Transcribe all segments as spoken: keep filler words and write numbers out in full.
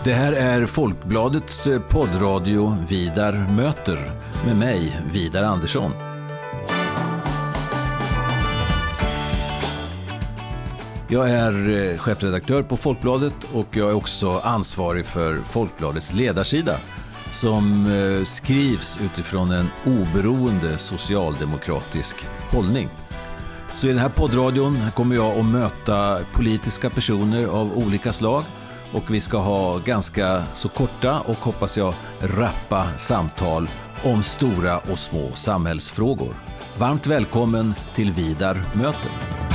Det här är Folkbladets poddradio Vidar möter med mig, Vidar Andersson. Jag är chefredaktör på Folkbladet och jag är också ansvarig för Folkbladets ledarsida som skrivs utifrån en oberoende socialdemokratisk hållning. Så i den här poddradion kommer jag att möta politiska personer av olika slag och vi ska ha ganska så korta och hoppas jag rappa samtal om stora och små samhällsfrågor. Varmt välkommen till Vidar möter.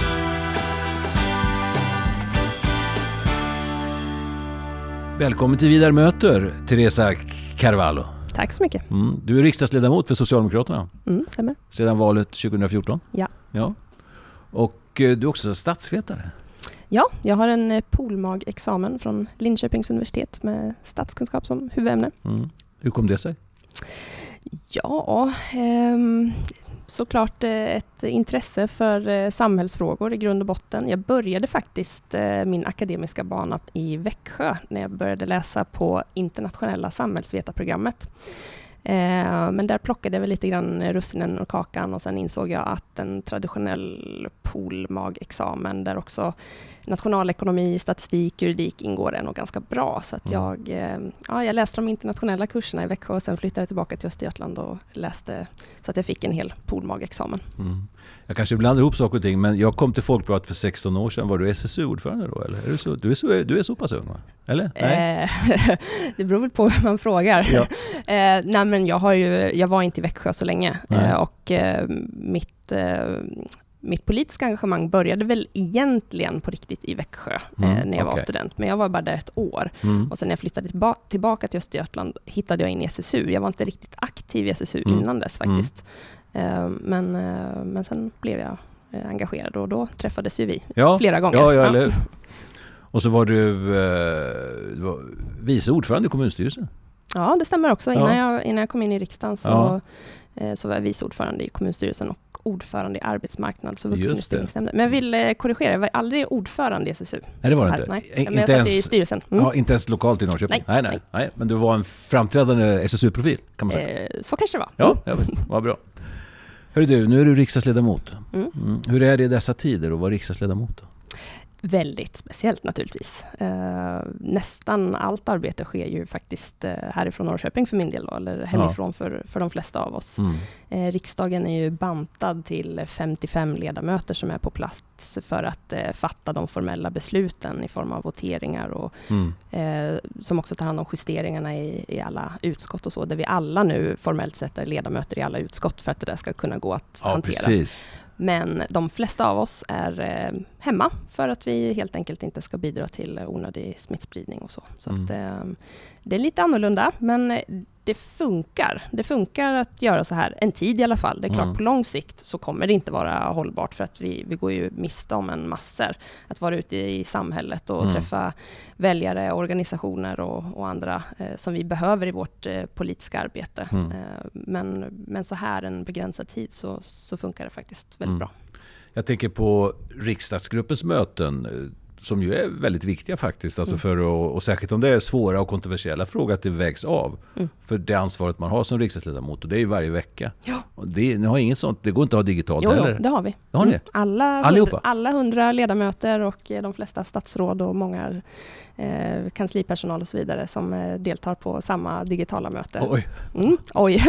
Välkommen till Vidar möter, Teresa Carvalho. Tack så mycket. Mm. Du är riksdagsledamot för Socialdemokraterna. Mm, stämmer. Sedan valet tjugo fjorton. Ja. Ja. Och du är också statsvetare. Ja, jag har en polmag-examen från Linköpings universitet med statskunskap som huvudämne. Mm. Hur kom det sig? Ja, eh, såklart ett intresse för eh, samhällsfrågor i grund och botten. Jag började faktiskt eh, min akademiska bana i Växjö när jag började läsa på internationella samhällsvetarprogrammet. Eh, men där plockade jag väl lite grann russinen och kakan och sen insåg jag att en traditionell polmag-examen där också nationalekonomi, statistik, juridik ingår är nog ganska bra. Så att jag, eh, ja, jag läste de internationella kurserna i Växjö och sen flyttade jag tillbaka till Östergötland och läste så att jag fick en hel polmag-examen. Mm. Jag kanske blandar ihop saker och ting, men jag kom till Folkbladet för sexton år sedan. Var du S S U-ordförande då? Eller? Är du, så, du, är så, du är så pass ung, va? Eller? Nej? Eh, det beror väl på hur man frågar. Ja. eh, nej, men jag, har ju, jag var inte i Växjö så länge eh, och eh, mitt... Eh, Mitt politiska engagemang började väl egentligen på riktigt i Växjö mm, eh, när jag okay. var student. Men jag var bara där ett år. Mm. Och sen när jag flyttade tillba- tillbaka till Östergötland hittade jag in i S S U. Jag var inte riktigt aktiv i S S U mm. innan dess faktiskt. Mm. Eh, men, eh, men sen blev jag eh, engagerad och då träffades ju vi ja, flera gånger. Ja, ja, eller hur? Och så var du, eh, du var vice ordförande i kommunstyrelsen. Ja, det stämmer också. Innan, ja. jag, innan jag kom in i riksdagen så, ja. eh, så var jag vice ordförande i kommunstyrelsen och ordförande i arbetsmarknads- och vuxenutbildningsnämnden. Men jag vill eh, korrigera, jag var aldrig ordförande i S S U. Nej, det var det inte. Nej, I, men inte, jag ens, i styrelsen. Mm. Ja, inte ens lokalt i Norrköping. Nej, nej, nej. nej. Men du var en framträdande S S U-profil, kan man säga. Eh, så kanske det var. Ja, ja vad bra. Hörru du, nu är du riksdagsledamot. Mm. Mm. Hur är det i dessa tider att vara riksdagsledamot då? Väldigt speciellt naturligtvis. Eh, nästan allt arbete sker ju faktiskt eh, härifrån Norrköping för min del då, eller hemifrån ja. för, för de flesta av oss. Mm. Eh, riksdagen är ju bantad till femtiofem ledamöter som är på plats för att eh, fatta de formella besluten i form av voteringar och mm. eh, som också tar hand om justeringarna i, i alla utskott och så, där vi alla nu formellt sett är ledamöter i alla utskott för att det där ska kunna gå att ja, hantera. Precis. Men de flesta av oss är eh, hemma för att vi helt enkelt inte ska bidra till onödig smittspridning och så. Så mm. att, eh, det är lite annorlunda, men det funkar. Det funkar att göra så här en tid i alla fall. Det är klart, mm. på lång sikt så kommer det inte vara hållbart för att vi, vi går ju miste om en massor. Att vara ute i samhället och mm. träffa väljare, organisationer och, och andra eh, som vi behöver i vårt eh, politiska arbete. Mm. Eh, men, men så här en begränsad tid så, så funkar det faktiskt väldigt mm. bra. Jag tänker på riksdagsgruppens möten som ju är väldigt viktiga faktiskt. Alltså mm. för att, och särskilt om det är svåra och kontroversiella frågor att det vägs av. Mm. För det ansvaret man har som riksdagsledamot. Och det är ju varje vecka. Ja. Och det, ni har inget sånt, det går inte att ha digitalt jo, heller. Jo, det har vi. Det har ni? Mm. Alla, hundra, alla hundra ledamöter och de flesta statsråd och många eh, kanslipersonal och så vidare som eh, deltar på samma digitala möte. Oj. Mm, oj.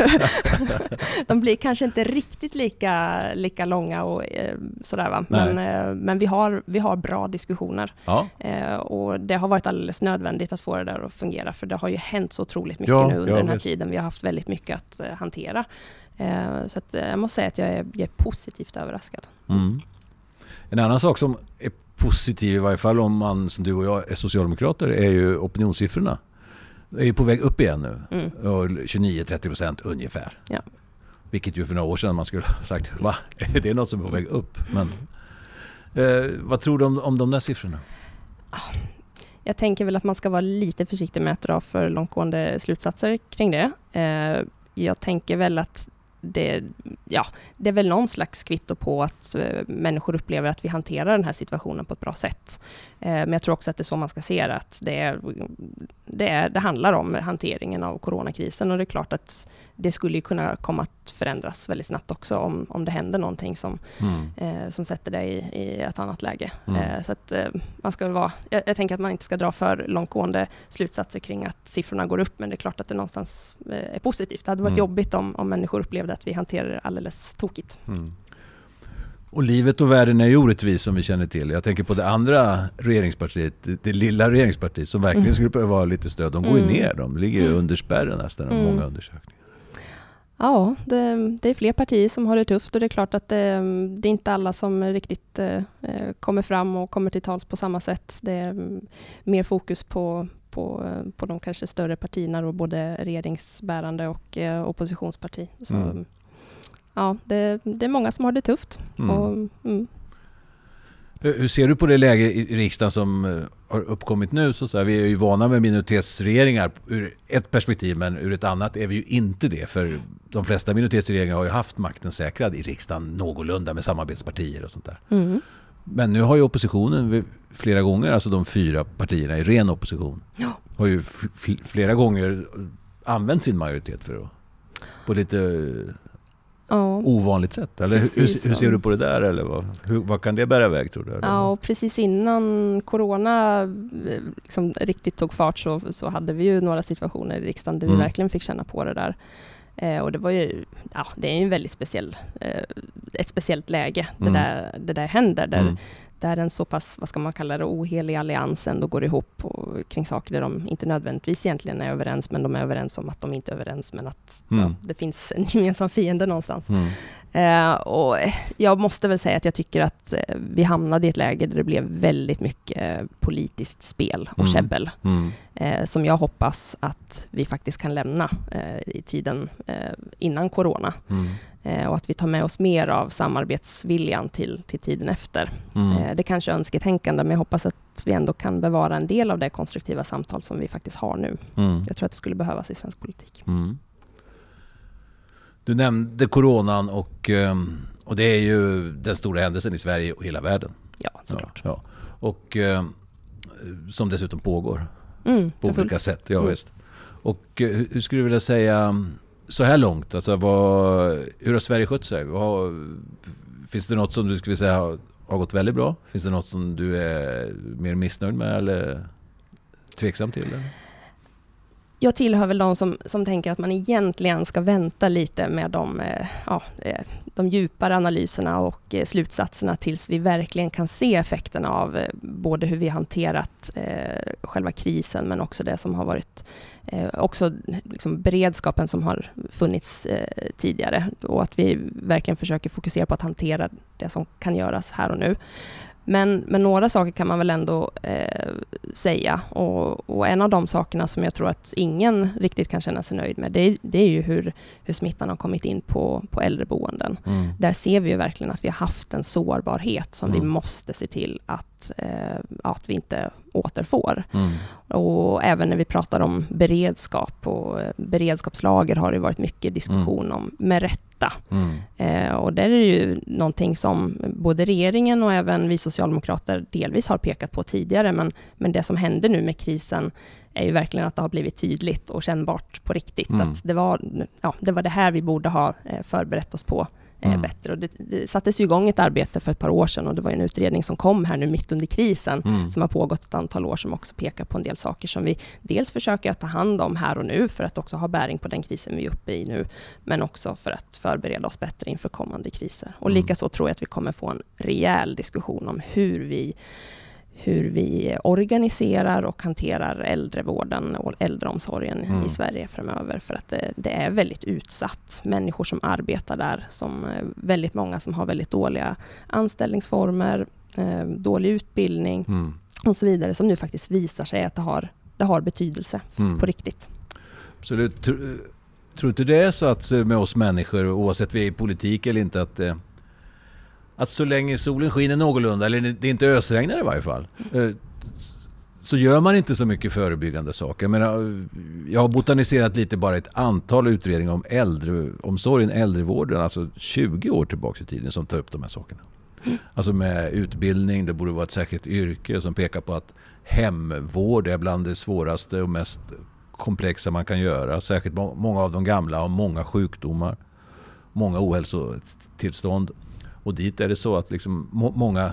De blir kanske inte riktigt lika, lika långa och eh, sådär va. Men, eh, men vi, har, vi har bra diskussioner. Ja. Eh, och det har varit alldeles nödvändigt att få det där att fungera. För det har ju hänt så otroligt mycket ja, nu under ja, den här visst. tiden. Vi har haft väldigt mycket att eh, hantera. Eh, så att, eh, jag måste säga att jag är, jag är positivt överraskad. Mm. En annan sak som är positiv i varje fall om man som du och jag är socialdemokrater är ju opinionssiffrorna. Det är ju på väg upp igen nu. Mm. tjugonio till trettio procent ungefär. Ja. Vilket ju för några år sedan man skulle ha sagt, va? Det är något som är på väg upp. Men eh, vad tror du om, om de där siffrorna? Jag tänker väl att man ska vara lite försiktig med att dra för långtgående slutsatser kring det. Eh, jag tänker väl att det, ja, det är väl någon slags kvitto på att eh, människor upplever att vi hanterar den här situationen på ett bra sätt. Eh, men jag tror också att det är så man ska se det, att det, är, det, är, det handlar om hanteringen av coronakrisen, och det är klart att det skulle kunna komma att förändras väldigt snabbt också om, om det händer någonting som, mm. eh, som sätter det i, i ett annat läge. Mm. Eh, så att eh, man ska vara, jag, jag tänker att man inte ska dra för långtgående slutsatser kring att siffrorna går upp, men det är klart att det någonstans eh, är positivt. Det hade varit mm. jobbigt om, om människor upplevde att vi hanterar det alldeles tokigt. Mm. Och livet och världen är ju orättvis som vi känner till. Jag tänker på det andra regeringspartiet, det, det lilla regeringspartiet som verkligen mm. skulle behöva ha lite stöd. De går ju mm. ner, de ligger ju under spärren nästan av mm. många undersökningar. Ja, det, det är fler partier som har det tufft, och det är klart att det, det är inte alla som riktigt eh, kommer fram och kommer till tals på samma sätt. Det är mer fokus på, på, på de kanske större partierna, och både regeringsbärande och eh, oppositionsparti. Så, mm. Ja, det, det är många som har det tufft. Mm. Och, mm. Hur ser du på det läge i riksdagen som har uppkommit nu? Så så här, vi är ju vana med minoritetsregeringar ur ett perspektiv, men ur ett annat är vi ju inte det. För de flesta minoritetsregeringar har ju haft makten säkrad i riksdagen någorlunda med samarbetspartier och sånt där. Mm. Men nu har ju oppositionen flera gånger, alltså de fyra partierna i ren opposition, ja. har ju f- flera gånger använt sin majoritet för att på lite... Ja. ovanligt sätt. Eller hur, hur ser du på det där? Eller vad, hur, vad kan det bära iväg, tror du? Eller? Ja, och precis innan corona liksom riktigt tog fart så, så hade vi ju några situationer i riksdagen där mm. vi verkligen fick känna på det där. Eh, och det var ju, ja, det är ju en väldigt speciell, eh, ett speciellt läge mm. det, där, det där händer. Där, mm. där en så pass, vad ska man kalla det, ohelig allians ändå går ihop och, kring saker där de inte nödvändigtvis egentligen är överens, men de är överens om att de inte är överens, men att mm. ja, det finns en gemensam fiende någonstans. Mm. Eh, och jag måste väl säga att jag tycker att eh, vi hamnade i ett läge där det blev väldigt mycket eh, politiskt spel och mm. käbbel. Mm. Eh, som jag hoppas att vi faktiskt kan lämna eh, i tiden eh, innan corona. Mm. Eh, och att vi tar med oss mer av samarbetsviljan till, till tiden efter. Mm. Eh, det kanske är önsketänkande, men jag hoppas att vi ändå kan bevara en del av det konstruktiva samtal som vi faktiskt har nu. Mm. Jag tror att det skulle behövas i svensk politik. Mm. Du nämnde coronan och, och det är ju den stora händelsen i Sverige och hela världen. Ja, såklart. Ja, ja. Och som dessutom pågår mm, på olika fullt. sätt. Ja, mm. visst. Och hur skulle du vilja säga så här långt? Alltså, vad, hur har Sverige skött sig? Vad, finns det något som du skulle säga har, har gått väldigt bra? Finns det något som du är mer missnöjd med eller tveksam till? Eller? Jag tillhör väl de som, som tänker att man egentligen ska vänta lite med de, eh, ja, eh, de djupare analyserna och eh, slutsatserna tills vi verkligen kan se effekterna av eh, både hur vi hanterat eh, själva krisen, men också det som har varit eh, också liksom beredskapen som har funnits eh, tidigare, och att vi verkligen försöker fokusera på att hantera det som kan göras här och nu. Men, men några saker kan man väl ändå eh, säga, och, och en av de sakerna som jag tror att ingen riktigt kan känna sig nöjd med, det är, det är ju hur, hur smittan har kommit in på, på äldreboenden. Mm. Där ser vi ju verkligen att vi har haft en sårbarhet som mm. vi måste se till att, eh, att vi inte återfår. Mm. Och även när vi pratar om beredskap och beredskapslager har det varit mycket diskussion mm. om, med rätta. Mm. Eh, och där är det ju någonting som både regeringen och även vi socialdemokrater delvis har pekat på tidigare, men, men det som händer nu med krisen är ju verkligen att det har blivit tydligt och kännbart på riktigt. Mm. Att det var, ja, det var det här vi borde ha eh, förberett oss på. Mm. bättre. Och det, det sattes ju igång ett arbete för ett par år sedan, och det var en utredning som kom här nu mitt under krisen mm. som har pågått ett antal år, som också pekar på en del saker som vi dels försöker att ta hand om här och nu för att också ha bäring på den krisen vi är uppe i nu, men också för att förbereda oss bättre inför kommande kriser. Och mm. likaså tror jag att vi kommer få en rejäl diskussion om hur vi hur vi organiserar och hanterar äldrevården och äldreomsorgen mm. i Sverige framöver, för att det, det är väldigt utsatt. Människor som arbetar där, som väldigt många som har väldigt dåliga anställningsformer, eh, dålig utbildning mm. och så vidare, som nu faktiskt visar sig att det har, det har betydelse mm. på riktigt. Absolut. Tror, tror inte det är så att med oss människor, oavsett vi är i politik eller inte, att eh, att så länge solen skiner någorlunda, eller det inte ösregnar i varje fall, så gör man inte så mycket förebyggande saker. Jag menar, jag har botaniserat lite bara ett antal utredningar om äldreomsorgen, äldrevården, alltså tjugo år tillbaka i tiden som tar upp de här sakerna. Mm. Alltså med utbildning, det borde vara ett särskilt yrke som pekar på att hemvård är bland det svåraste och mest komplexa man kan göra. Särskilt må- många av de gamla har många sjukdomar, många ohälsotillstånd. Och dit är det så att liksom må- många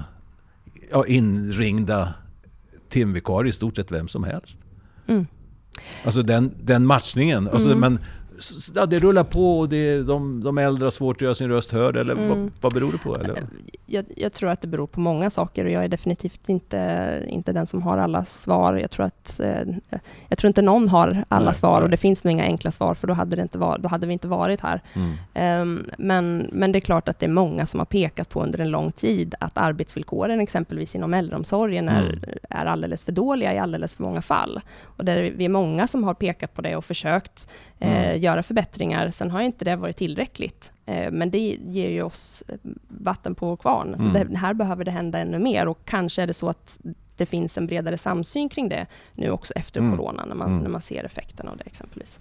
ja, inringda timvikarier i stort sett vem som helst. Mm. Alltså den, den matchningen. Alltså, mm. men, ja, det rullar på och det, de, de äldre har svårt att göra sin röst hörd. Eller mm. vad, vad beror det på? Eller? Jag, jag tror att det beror på många saker och jag är definitivt inte, inte den som har alla svar. Jag tror, att, eh, jag tror inte någon har alla nej, svar nej. Och det finns nog inga enkla svar för då hade, det inte var, då hade vi inte varit här. Mm. Um, men, men det är klart att det är många som har pekat på under en lång tid att arbetsvillkoren exempelvis inom äldreomsorgen är, mm. är alldeles för dåliga i alldeles för många fall. Och där vi är många som har pekat på det och försökt eh, mm. göra förbättringar. Sen har inte det varit tillräckligt. Eh, men det ger ju oss vatten på kvarn. Så mm. det, här behöver det hända ännu mer. Och kanske är det så att det finns en bredare samsyn kring det nu också efter mm. corona. När man, mm. när man ser effekten av det exempelvis.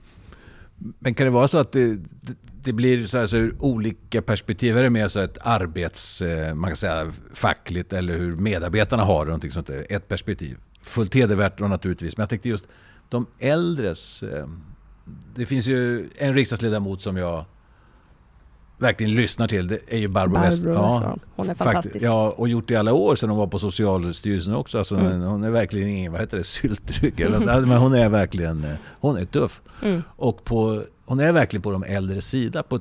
Men kan det vara så att det, det, det blir så här så ur olika perspektiv? Är det mer så ett arbets, man kan säga fackligt eller hur medarbetarna har det, någonting sånt där, ett perspektiv? Fullt hedervärt då naturligtvis. Men jag tänkte just de äldres... Det finns ju en riksdagsledamot som jag verkligen lyssnar till. Det är ju Barbro, Barbro West. Ja, hon är fantastisk. Ja, och gjort det i alla år sedan hon var på Socialstyrelsen också. Alltså, mm. Hon är verkligen ingen, vad heter det, syltrygg. Eller, mm. Men hon är verkligen, hon är tuff. Mm. Och på, hon är verkligen på de äldres sida. På ett,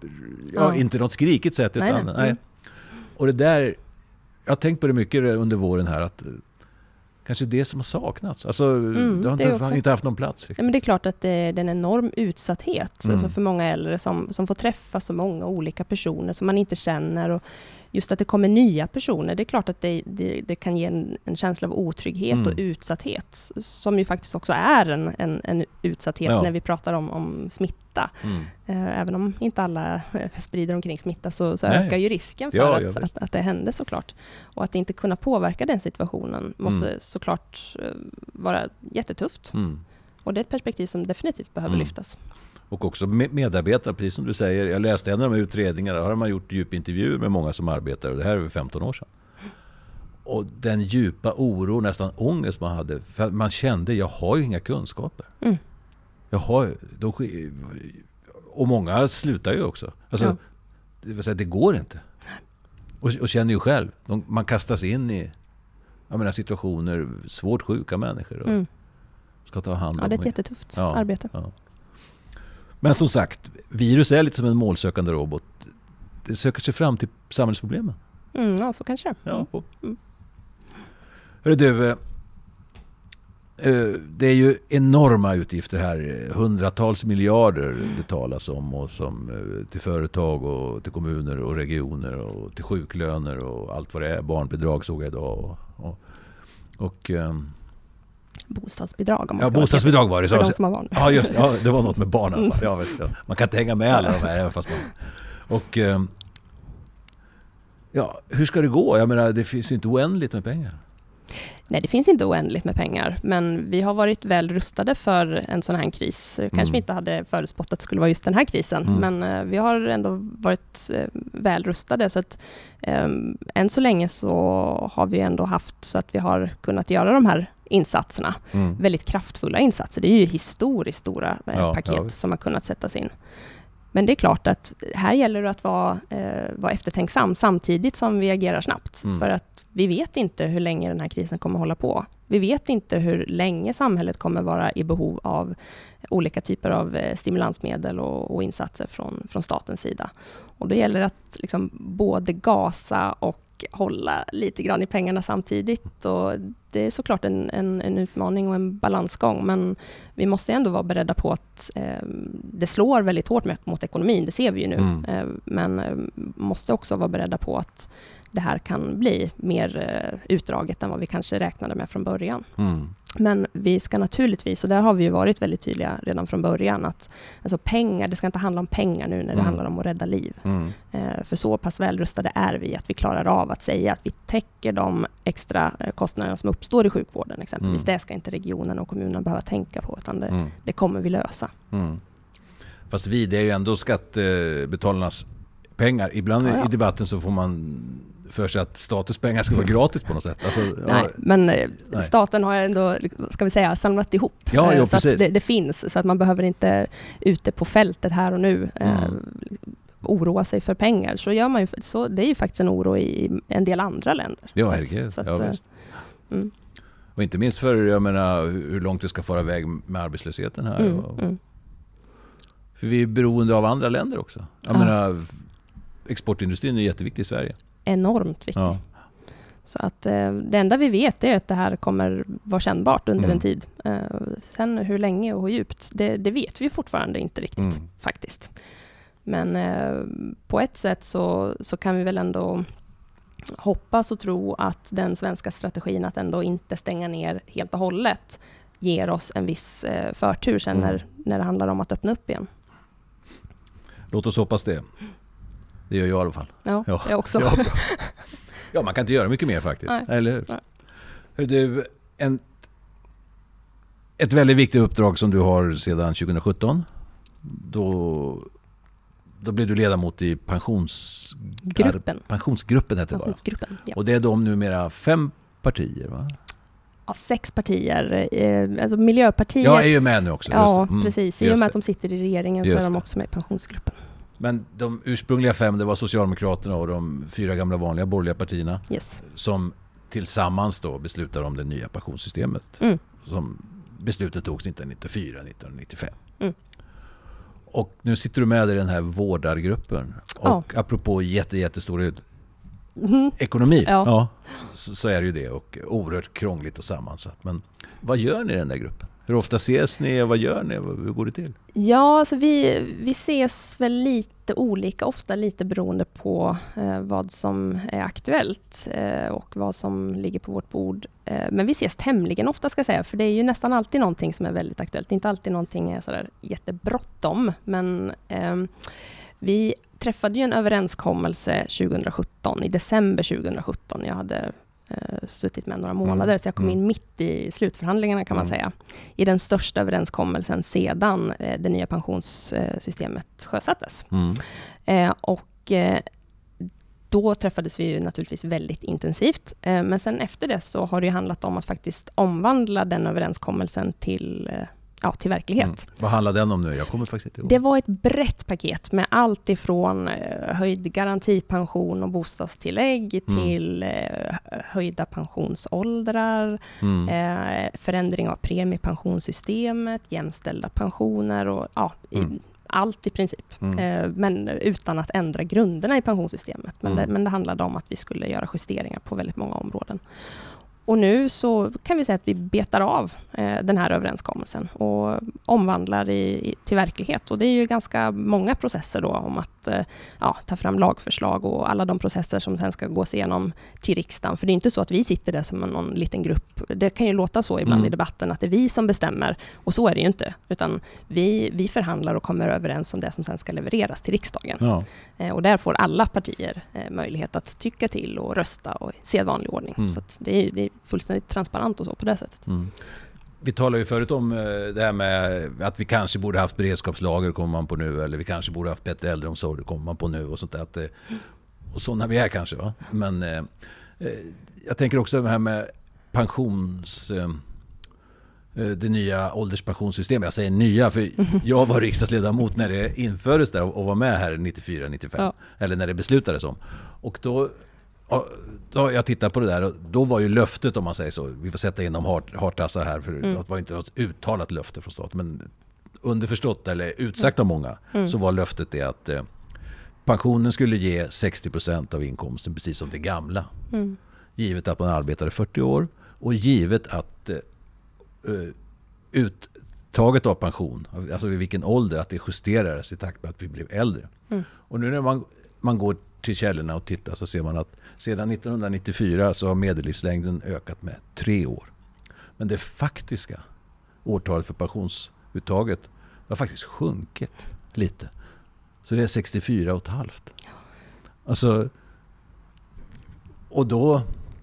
ja, mm. inte något skrikigt sätt. Utan, nej, nej. Nej. Och det där, jag har tänkt på det mycket under våren här att kanske det som har saknats. Alltså, mm, det har inte, också, inte haft någon plats. Ja, men det är klart att det är en enorm utsatthet mm. alltså för många äldre som, som får träffa så många olika personer som man inte känner. Och just att det kommer nya personer, det är klart att det, det, det kan ge en, en känsla av otrygghet mm. och utsatthet. Som ju faktiskt också är en, en, en utsatthet ja. när vi pratar om, om smitta. Mm. Eh, även om inte alla sprider omkring smitta så, så ökar ju risken för ja, att, ja, att, att det händer såklart. Och att inte kunna påverka den situationen måste mm. såklart uh, vara jättetufft. Mm. Och det är ett perspektiv som definitivt behöver mm. lyftas. Och också medarbetare, precis som du säger. Jag läste en av de utredningarna. Där har man gjort djupintervjuer med många som arbetar. Och det här är över femton år sedan. Och den djupa oro, nästan ångest man hade. För man kände, jag har ju inga kunskaper. Mm. Jag har, de, och många slutar ju också. Alltså, ja. det, vill säga, det går inte. Och, och känner ju själv. De, man kastas in i jag menar, situationer, svårt sjuka människor. Och mm. ska ta hand om. Ja, det är ett jättetufft ja, arbete. Ja. Men som sagt, virus är lite som en målsökande robot. Det söker sig fram till samhällsproblemen. Mm, ja, så kanske. Ja, mm. Hörru du, det är ju enorma utgifter här. Hundratals miljarder mm. det talas om. Och som, till företag och till kommuner och regioner och till sjuklöner och allt vad det är. Barnbidrag såg jag idag. Och, och, och bostadsbidrag. Om man ja, bostadsbidrag var det. För de som har barn. Ja, just ja, det var något med barnen. Ja, vet, ja. Man kan inte hänga med alla de här. Fast man, och ja, hur ska det gå? Jag menar, det finns inte oändligt med pengar. Nej, det finns inte oändligt med pengar. Men vi har varit väl rustade för en sån här kris. Kanske mm. vi inte hade förutspått att det skulle vara just den här krisen. Mm. Men uh, vi har ändå varit uh, väl rustade. Så att um, än så länge så har vi ändå haft så att vi har kunnat göra de här insatserna. Mm. Väldigt kraftfulla insatser. Det är ju historiskt stora uh, ja, paket ja. som har kunnat sättas in. Men det är klart att här gäller det att vara, eh, vara eftertänksam samtidigt som vi agerar snabbt. Mm. För att vi vet inte hur länge den här krisen kommer hålla på. Vi vet inte hur länge samhället kommer vara i behov av olika typer av eh, stimulansmedel och, och insatser från, från statens sida. Och då gäller det att liksom både gasa och hålla lite grann i pengarna samtidigt. Och det är såklart en, en, en utmaning och en balansgång. Men vi måste ändå vara beredda på att eh, det slår väldigt hårt med, mot ekonomin. Det ser vi ju nu. Mm. Eh, men eh, måste också vara beredda på att det här kan bli mer eh, utdraget än vad vi kanske räknade med från början. Mm. Men vi ska naturligtvis, och där har vi ju varit väldigt tydliga redan från början, att alltså pengar, det ska inte handla om pengar nu när det Mm. handlar om att rädda liv. Mm. Eh, för så pass välrustade är vi att vi klarar av att säga att vi täcker de extra eh, kostnaderna som uppstår i sjukvården exempelvis. Mm. Det ska inte regionen och kommunen behöva tänka på, utan det, Mm. det kommer vi lösa. Mm. Fast vi, det är ju ändå skattebetalarnas pengar. Ibland Ja, ja. i debatten så får man för sig att statens pengar ska vara gratis på något sätt. Alltså, Nej, ja, men eh, nej. staten har ändå, ska vi säga, samlat ihop. Ja, eh, jo, så att precis. det, det finns, så att man behöver inte ute på fältet här och nu eh, Mm. oroa sig för pengar. Så gör man ju, så det är ju faktiskt en oro i en del andra länder. Ja, Så att- herregud. så att, Ja, eh, visst. mm, Och inte minst för, jag menar, hur långt det ska fara iväg med arbetslösheten här. mm, Och- mm. För vi är beroende av andra länder också. Jag Ja. menar, exportindustrin är jätteviktig i Sverige. Enormt viktigt. Ja. Så att eh, det enda vi vet är att det här kommer vara kännbart under Mm. en tid. Eh, sen hur länge och hur djupt, det, det vet vi fortfarande inte riktigt Mm. faktiskt. Men eh, på ett sätt så, så kan vi väl ändå hoppas och tro att den svenska strategin att ändå inte stänga ner helt och hållet ger oss en viss eh, förtur sen Mm. när, när det handlar om att öppna upp igen. Låt oss hoppas det. Det gör jag i alla fall. Ja, Ja. jag också. Ja, bra. Ja, man kan inte göra mycket mer faktiskt. Nej. Eller hur? Nej. Hör du, en, ett väldigt viktigt uppdrag som du har sedan tjugohundrasjutton. Då, då blev du ledamot i pensions, Gruppen. pensionsgruppen. Heter det bara. Pensionsgruppen, ja. Och det är de numera fem partier, va? Ja, sex partier. Eh, alltså Miljöpartiet. Jag är ju med nu också. Ja, just det. Mm, precis. I just och med det. att de sitter i regeringen så Just är de det. också med i pensionsgruppen. Men de ursprungliga fem, det var Socialdemokraterna och de fyra gamla vanliga borgerliga partierna Yes. som tillsammans då beslutar om det nya pensionssystemet. Mm. Som beslutet togs nittonhundranittiofyra nittonhundranittiofem. Mm. Och nu sitter du med i den här vårdargruppen. Och Ja. apropå jätte, jättestor ut- Mhm. ekonomi, Ja. så, så är det ju det. Och oerhört krångligt och sammansatt. Men vad gör ni i den där gruppen? Hur ofta ses ni och vad gör ni? Hur går det till? Ja, alltså vi, vi ses väl lite olika, ofta lite beroende på eh, vad som är aktuellt eh, och vad som ligger på vårt bord. Eh, men vi ses tämligen ofta, ska jag säga, för det är ju nästan alltid någonting som är väldigt aktuellt. Inte alltid någonting är sådär jättebråttom, men eh, vi träffade ju en överenskommelse tjugohundrasjutton, i december tjugohundrasjutton. Jag hade eh, suttit med några månader, Mm. så jag kom in Mm. mitt i slutförhandlingarna kan man Mm. säga. I den största överenskommelsen sedan eh, det nya pensionssystemet sjösattes. Mm. Eh, och eh, då träffades vi ju naturligtvis väldigt intensivt. Eh, men sen efter det så har det ju handlat om att faktiskt omvandla den överenskommelsen till, eh, ja, till verklighet. Mm. Vad handlar den om nu? Jag kommer faktiskt inte ihåg. Det var ett brett paket med allt ifrån eh, höjd garantipension och bostadstillägg Mm. till eh, höjda pensionsåldrar, Mm. eh, förändring av premiepensionssystemet, jämställda pensioner och ja, i, Mm. allt i princip. Mm. Eh, men utan att ändra grunderna i pensionssystemet. Men, Mm. det, men det handlade om att vi skulle göra justeringar på väldigt många områden. Och nu så kan vi säga att vi betar av eh, den här överenskommelsen och omvandlar i, i, till verklighet. Och det är ju ganska många processer då om att eh, ja, ta fram lagförslag och alla de processer som sen ska gås igenom till riksdagen. För det är inte så att vi sitter där som någon liten grupp. Det kan ju låta så ibland Mm. i debatten att det är vi som bestämmer. Och så är det ju inte. Utan vi, vi förhandlar och kommer överens om det som sen ska levereras till riksdagen. Ja. Eh, och där får alla partier eh, möjlighet att tycka till och rösta och i sedvanlig ordning. Mm. Så att det är, det är fullständigt transparent och så på det sättet. Mm. Vi talade ju förut om eh, det här med att vi kanske borde haft beredskapslager, kommer man på nu, eller vi kanske borde haft bättre äldreomsorg, kommer man på nu och sånt där. Att, eh, och sådana vi är kanske, va? Men eh, eh, jag tänker också det här med pensions... Eh, det nya ålderspensionssystemet. Jag säger nya för jag var riksdagsledamot när det infördes där och var med här nittiofyra nittiofem. Ja. Eller när det beslutades om. Och då, då jag tittade på det där och då var ju löftet, om man säger så, vi får sätta in de hart, hartassar här för mm. det var inte något uttalat löfte från staten, men underförstått eller utsagt av många mm. så var löftet det att eh, pensionen skulle ge sextio procent av inkomsten precis som det gamla. Mm. Givet att man arbetade fyrtio år och givet att eh, Uh, uttaget av pension, alltså vid vilken ålder, att det justerades i takt med att vi blev äldre. Mm. Och nu när man, man går till källorna och tittar så ser man att sedan nittonhundranittiofyra så har medellivslängden ökat med tre år. Men det faktiska årtalet för pensionsuttaget har faktiskt sjunkit lite. Så det är sextiofyra och ett halvt. Alltså, och då,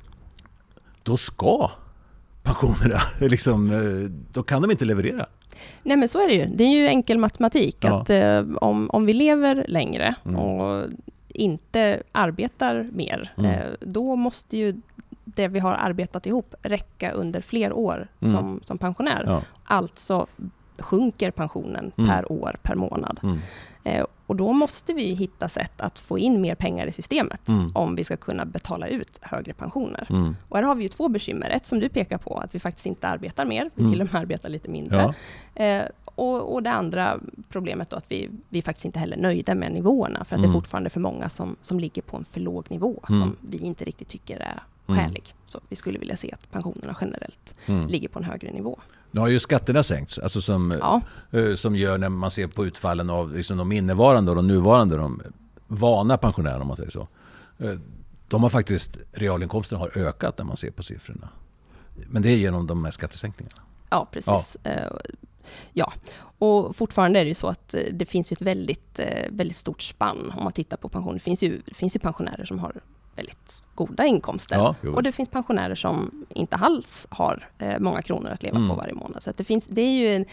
då ska pensionerna, liksom, då kan de inte leverera. Nej, men så är det ju. Det är ju enkel matematik. Ja. Att eh, om, om vi lever längre Mm. och inte arbetar mer, Mm. eh, då måste ju det vi har arbetat ihop räcka under fler år Mm. som, som pensionär. Ja. Alltså sjunker pensionen Mm. per år, per månad. Mm. Eh, och då måste vi hitta sätt att få in mer pengar i systemet Mm. om vi ska kunna betala ut högre pensioner. Mm. Och här har vi ju två bekymmer. Ett som du pekar på, att vi faktiskt inte arbetar mer. Vi Mm. till och med arbetar lite mindre. Ja. Eh, och, och det andra problemet då, att vi, vi faktiskt inte heller är nöjda med nivåerna. För att Mm. det är fortfarande för många som, som ligger på en för låg nivå. Mm. Som vi inte riktigt tycker är Mm. skälig. Så vi skulle vilja se att pensionerna generellt Mm. ligger på en högre nivå. Nu har ju skatterna sänkts, alltså som, Ja. eh, som gör när man ser på utfallen av liksom de innevarande och de nuvarande, de vana pensionärerna om man säger så. Eh, de har faktiskt, realinkomsten har ökat när man ser på siffrorna. Men det är genom de här skattesänkningarna. Ja, precis. Ja. Uh, ja, och fortfarande är det ju så att uh, det finns ju ett väldigt, uh, väldigt stort spann om man tittar på pension. Det finns ju, det finns ju pensionärer som har väldigt goda inkomster. Ja, och det finns pensionärer som inte alls har eh, många kronor att leva mm. på varje månad. Så att det, finns, det är ju en,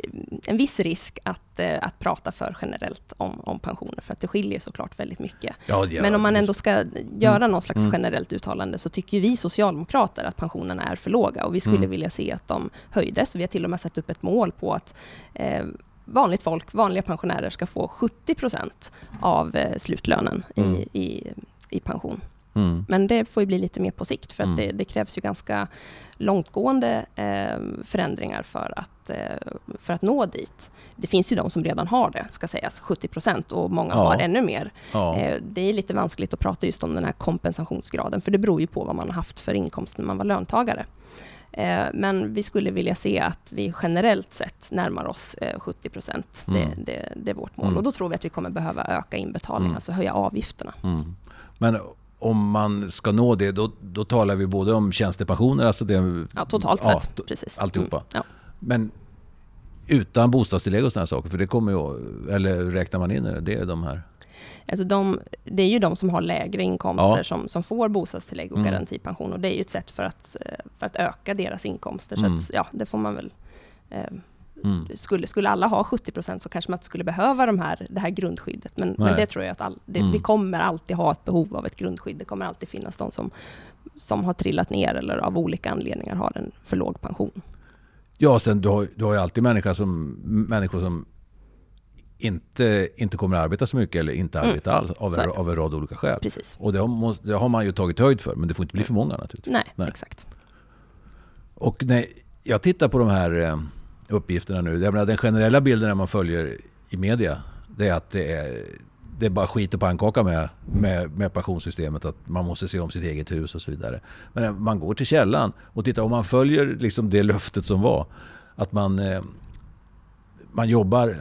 en viss risk att, eh, att prata för generellt om, om pensioner. För att det skiljer såklart väldigt mycket. Ja, ja, Men om man ändå visst. ska göra mm. någon slags mm. generellt uttalande, så tycker vi socialdemokrater att pensionerna är för låga. Och vi skulle Mm. vilja se att de höjdes. Vi har till och med satt upp ett mål på att eh, vanligt folk, vanliga pensionärer ska få sjuttio procent av eh, slutlönen Mm. i, i, i pension. Mm. Men det får ju bli lite mer på sikt, för att Mm. det, det krävs ju ganska långtgående eh, förändringar för att, eh, för att nå dit. Det finns ju de som redan har det, ska sägas, sjuttio procent, och många Ja. har ännu mer. Ja. Eh, det är lite vanskligt att prata just om den här kompensationsgraden, för det beror ju på vad man har haft för inkomst när man var löntagare. Eh, men vi skulle vilja se att vi generellt sett närmar oss eh, sjuttio procent. Mm. Det, det, det är vårt mål. Mm. Och då tror vi att vi kommer behöva öka inbetalningen, Mm. alltså höja avgifterna. Mm. Men om man ska nå det, då, då talar vi både om tjänstepensioner, alltså det, Ja, totalt ja, sett. Precis. alltihopa. Mm. Ja. Men utan bostadstillägg och sådana saker, för det kommer ju, eller räknar man in det, det är de här. Alltså de, det är ju de som har lägre inkomster Ja. som, som får bostadstillägg och Mm. garantipension, och det är ju ett sätt för att, för att öka deras inkomster. Mm. Så att, ja, det får man väl... Eh, Mm. skulle, skulle alla ha sjuttio procent, så kanske man inte skulle behöva de här, det här grundskyddet. Men, men det tror jag att all, det, Mm. vi kommer alltid ha ett behov av ett grundskydd. Det kommer alltid finnas de som, som har trillat ner eller av olika anledningar har en för låg pension. Ja, sen du har, du har ju alltid människor som, människor som inte, inte kommer att arbeta så mycket eller inte Mm. arbeta alls av, Så är en, det. av en rad olika skäl. Precis. Och det har, det har man ju tagit höjd för, men det får inte bli för många naturligtvis. Nej, Nej. exakt. Och när jag tittar på de här eh, uppgifterna nu, jag menar, den generella bilden när man följer i media, det är att det är, det är bara skit och pannkaka med, med, med pensionssystemet, att man måste se om sitt eget hus och så vidare. Men när man går till källan och tittar, om man följer liksom det löftet som var, att man, eh, man jobbar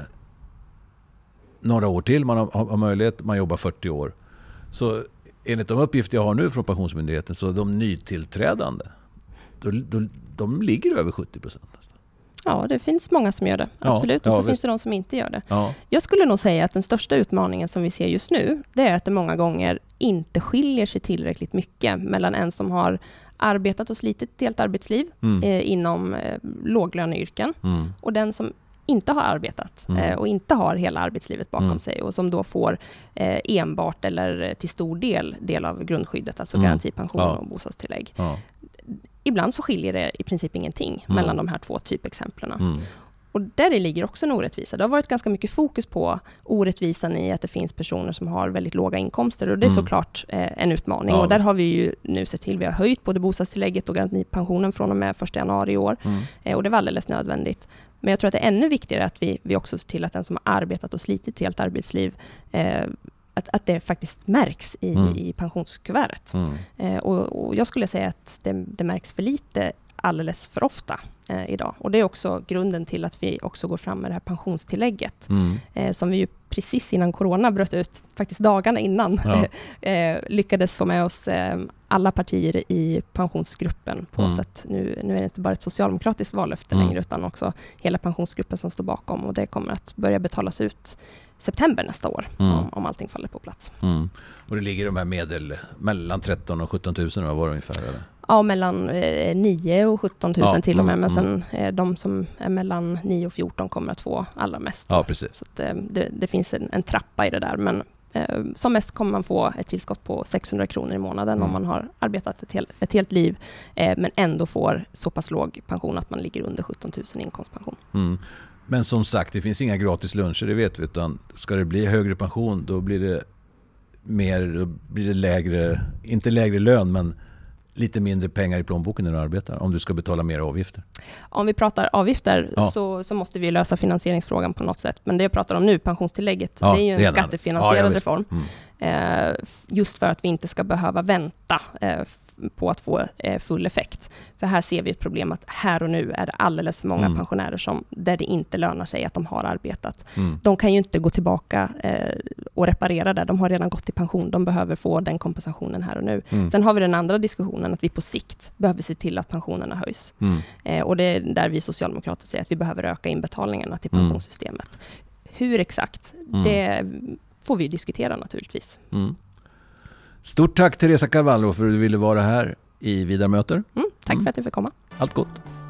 några år till, man har, har möjlighet, man jobbar fyrtio år. Så enligt de uppgifter jag har nu från Pensionsmyndigheten, så de nytillträdande, då, då, de ligger över sjuttio procent. Ja, det finns många som gör det. Ja, Absolut. Och ja, så visst. finns det de som inte gör det. Ja. Jag skulle nog säga att den största utmaningen som vi ser just nu, det är att det många gånger inte skiljer sig tillräckligt mycket mellan en som har arbetat och slitit ett helt arbetsliv Mm. eh, inom eh, låglöneyrken, Mm. och den som inte har arbetat Mm. eh, och inte har hela arbetslivet bakom Mm. sig, och som då får eh, enbart eller till stor del del av grundskyddet, alltså Mm. garantipension Ja. och bostadstillägg. Ja. Ibland så skiljer det i princip ingenting Mm. mellan de här två typexemplerna. Mm. Och där ligger också en orättvisa. Det har varit ganska mycket fokus på orättvisan i att det finns personer som har väldigt låga inkomster. Och det är Mm. såklart eh, en utmaning. Ja, och där visst. har vi ju nu sett till, vi har höjt både bostadstillägget och garantipensionen från och med första januari i år. Mm. Eh, och det var alldeles nödvändigt. Men jag tror att det är ännu viktigare att vi, vi också ser till att den som har arbetat och slitit ett helt arbetsliv, eh, att, att det faktiskt märks i, Mm. i pensionskuvertet. Mm. Eh, och, och jag skulle säga att det, det märks för lite alldeles för ofta eh, idag. Och det är också grunden till att vi också går fram med det här pensionstillägget. Mm. Eh, som vi ju precis innan corona bröt ut, faktiskt dagarna innan, ja. eh, lyckades få med oss eh, alla partier i pensionsgruppen på mm. så att nu, nu är det inte bara ett socialdemokratiskt vallöfte mm. längre, utan också hela pensionsgruppen som står bakom, och det kommer att börja betalas ut september nästa år mm. om, om allting faller på plats. Mm. Och det ligger de här medel mellan tretton och sjutton tusen, vad var det ungefär? Eller? Ja, mellan eh, nio och sjutton tusen ja, till och med, men mm. sen eh, de som är mellan nio och fjorton kommer att få allra mest. Ja, precis. Så att, eh, det, det finns en, en trappa i det där, men eh, som mest kommer man få ett tillskott på sexhundra kronor i månaden mm. om man har arbetat ett, hel, ett helt liv, eh, men ändå får så pass låg pension att man ligger under sjutton tusen i inkomstpension. Mm. Men som sagt, det finns inga gratis luncher, det vet vi, utan ska det bli högre pension, då blir det mer, då blir det lägre, inte lägre lön, men lite mindre pengar i plånboken när du arbetar, om du ska betala mer avgifter. Om vi pratar avgifter ja. så, så måste vi lösa finansieringsfrågan på något sätt. Men det jag pratar om nu, pensionstillägget, ja, det är ju en det skattefinansierad ja, reform. Mm. Eh, just för att vi inte ska behöva vänta eh, på att få eh, full effekt. För här ser vi ett problem att här och nu är det alldeles för många mm. pensionärer som, där det inte lönar sig att de har arbetat. Mm. De kan ju inte gå tillbaka eh, och reparera det. De har redan gått i pension. De behöver få den kompensationen här och nu. Mm. Sen har vi den andra diskussionen att vi på sikt behöver se till att pensionerna höjs. Mm. Eh, och det är där vi socialdemokrater säger att vi behöver öka inbetalningarna till pensionssystemet. Mm. Hur exakt? Mm. Det får vi diskutera naturligtvis. Mm. Stort tack Teresa Carvalho för att du ville vara här i Vidare möter. Mm, tack mm. för att du fick komma. Allt gott.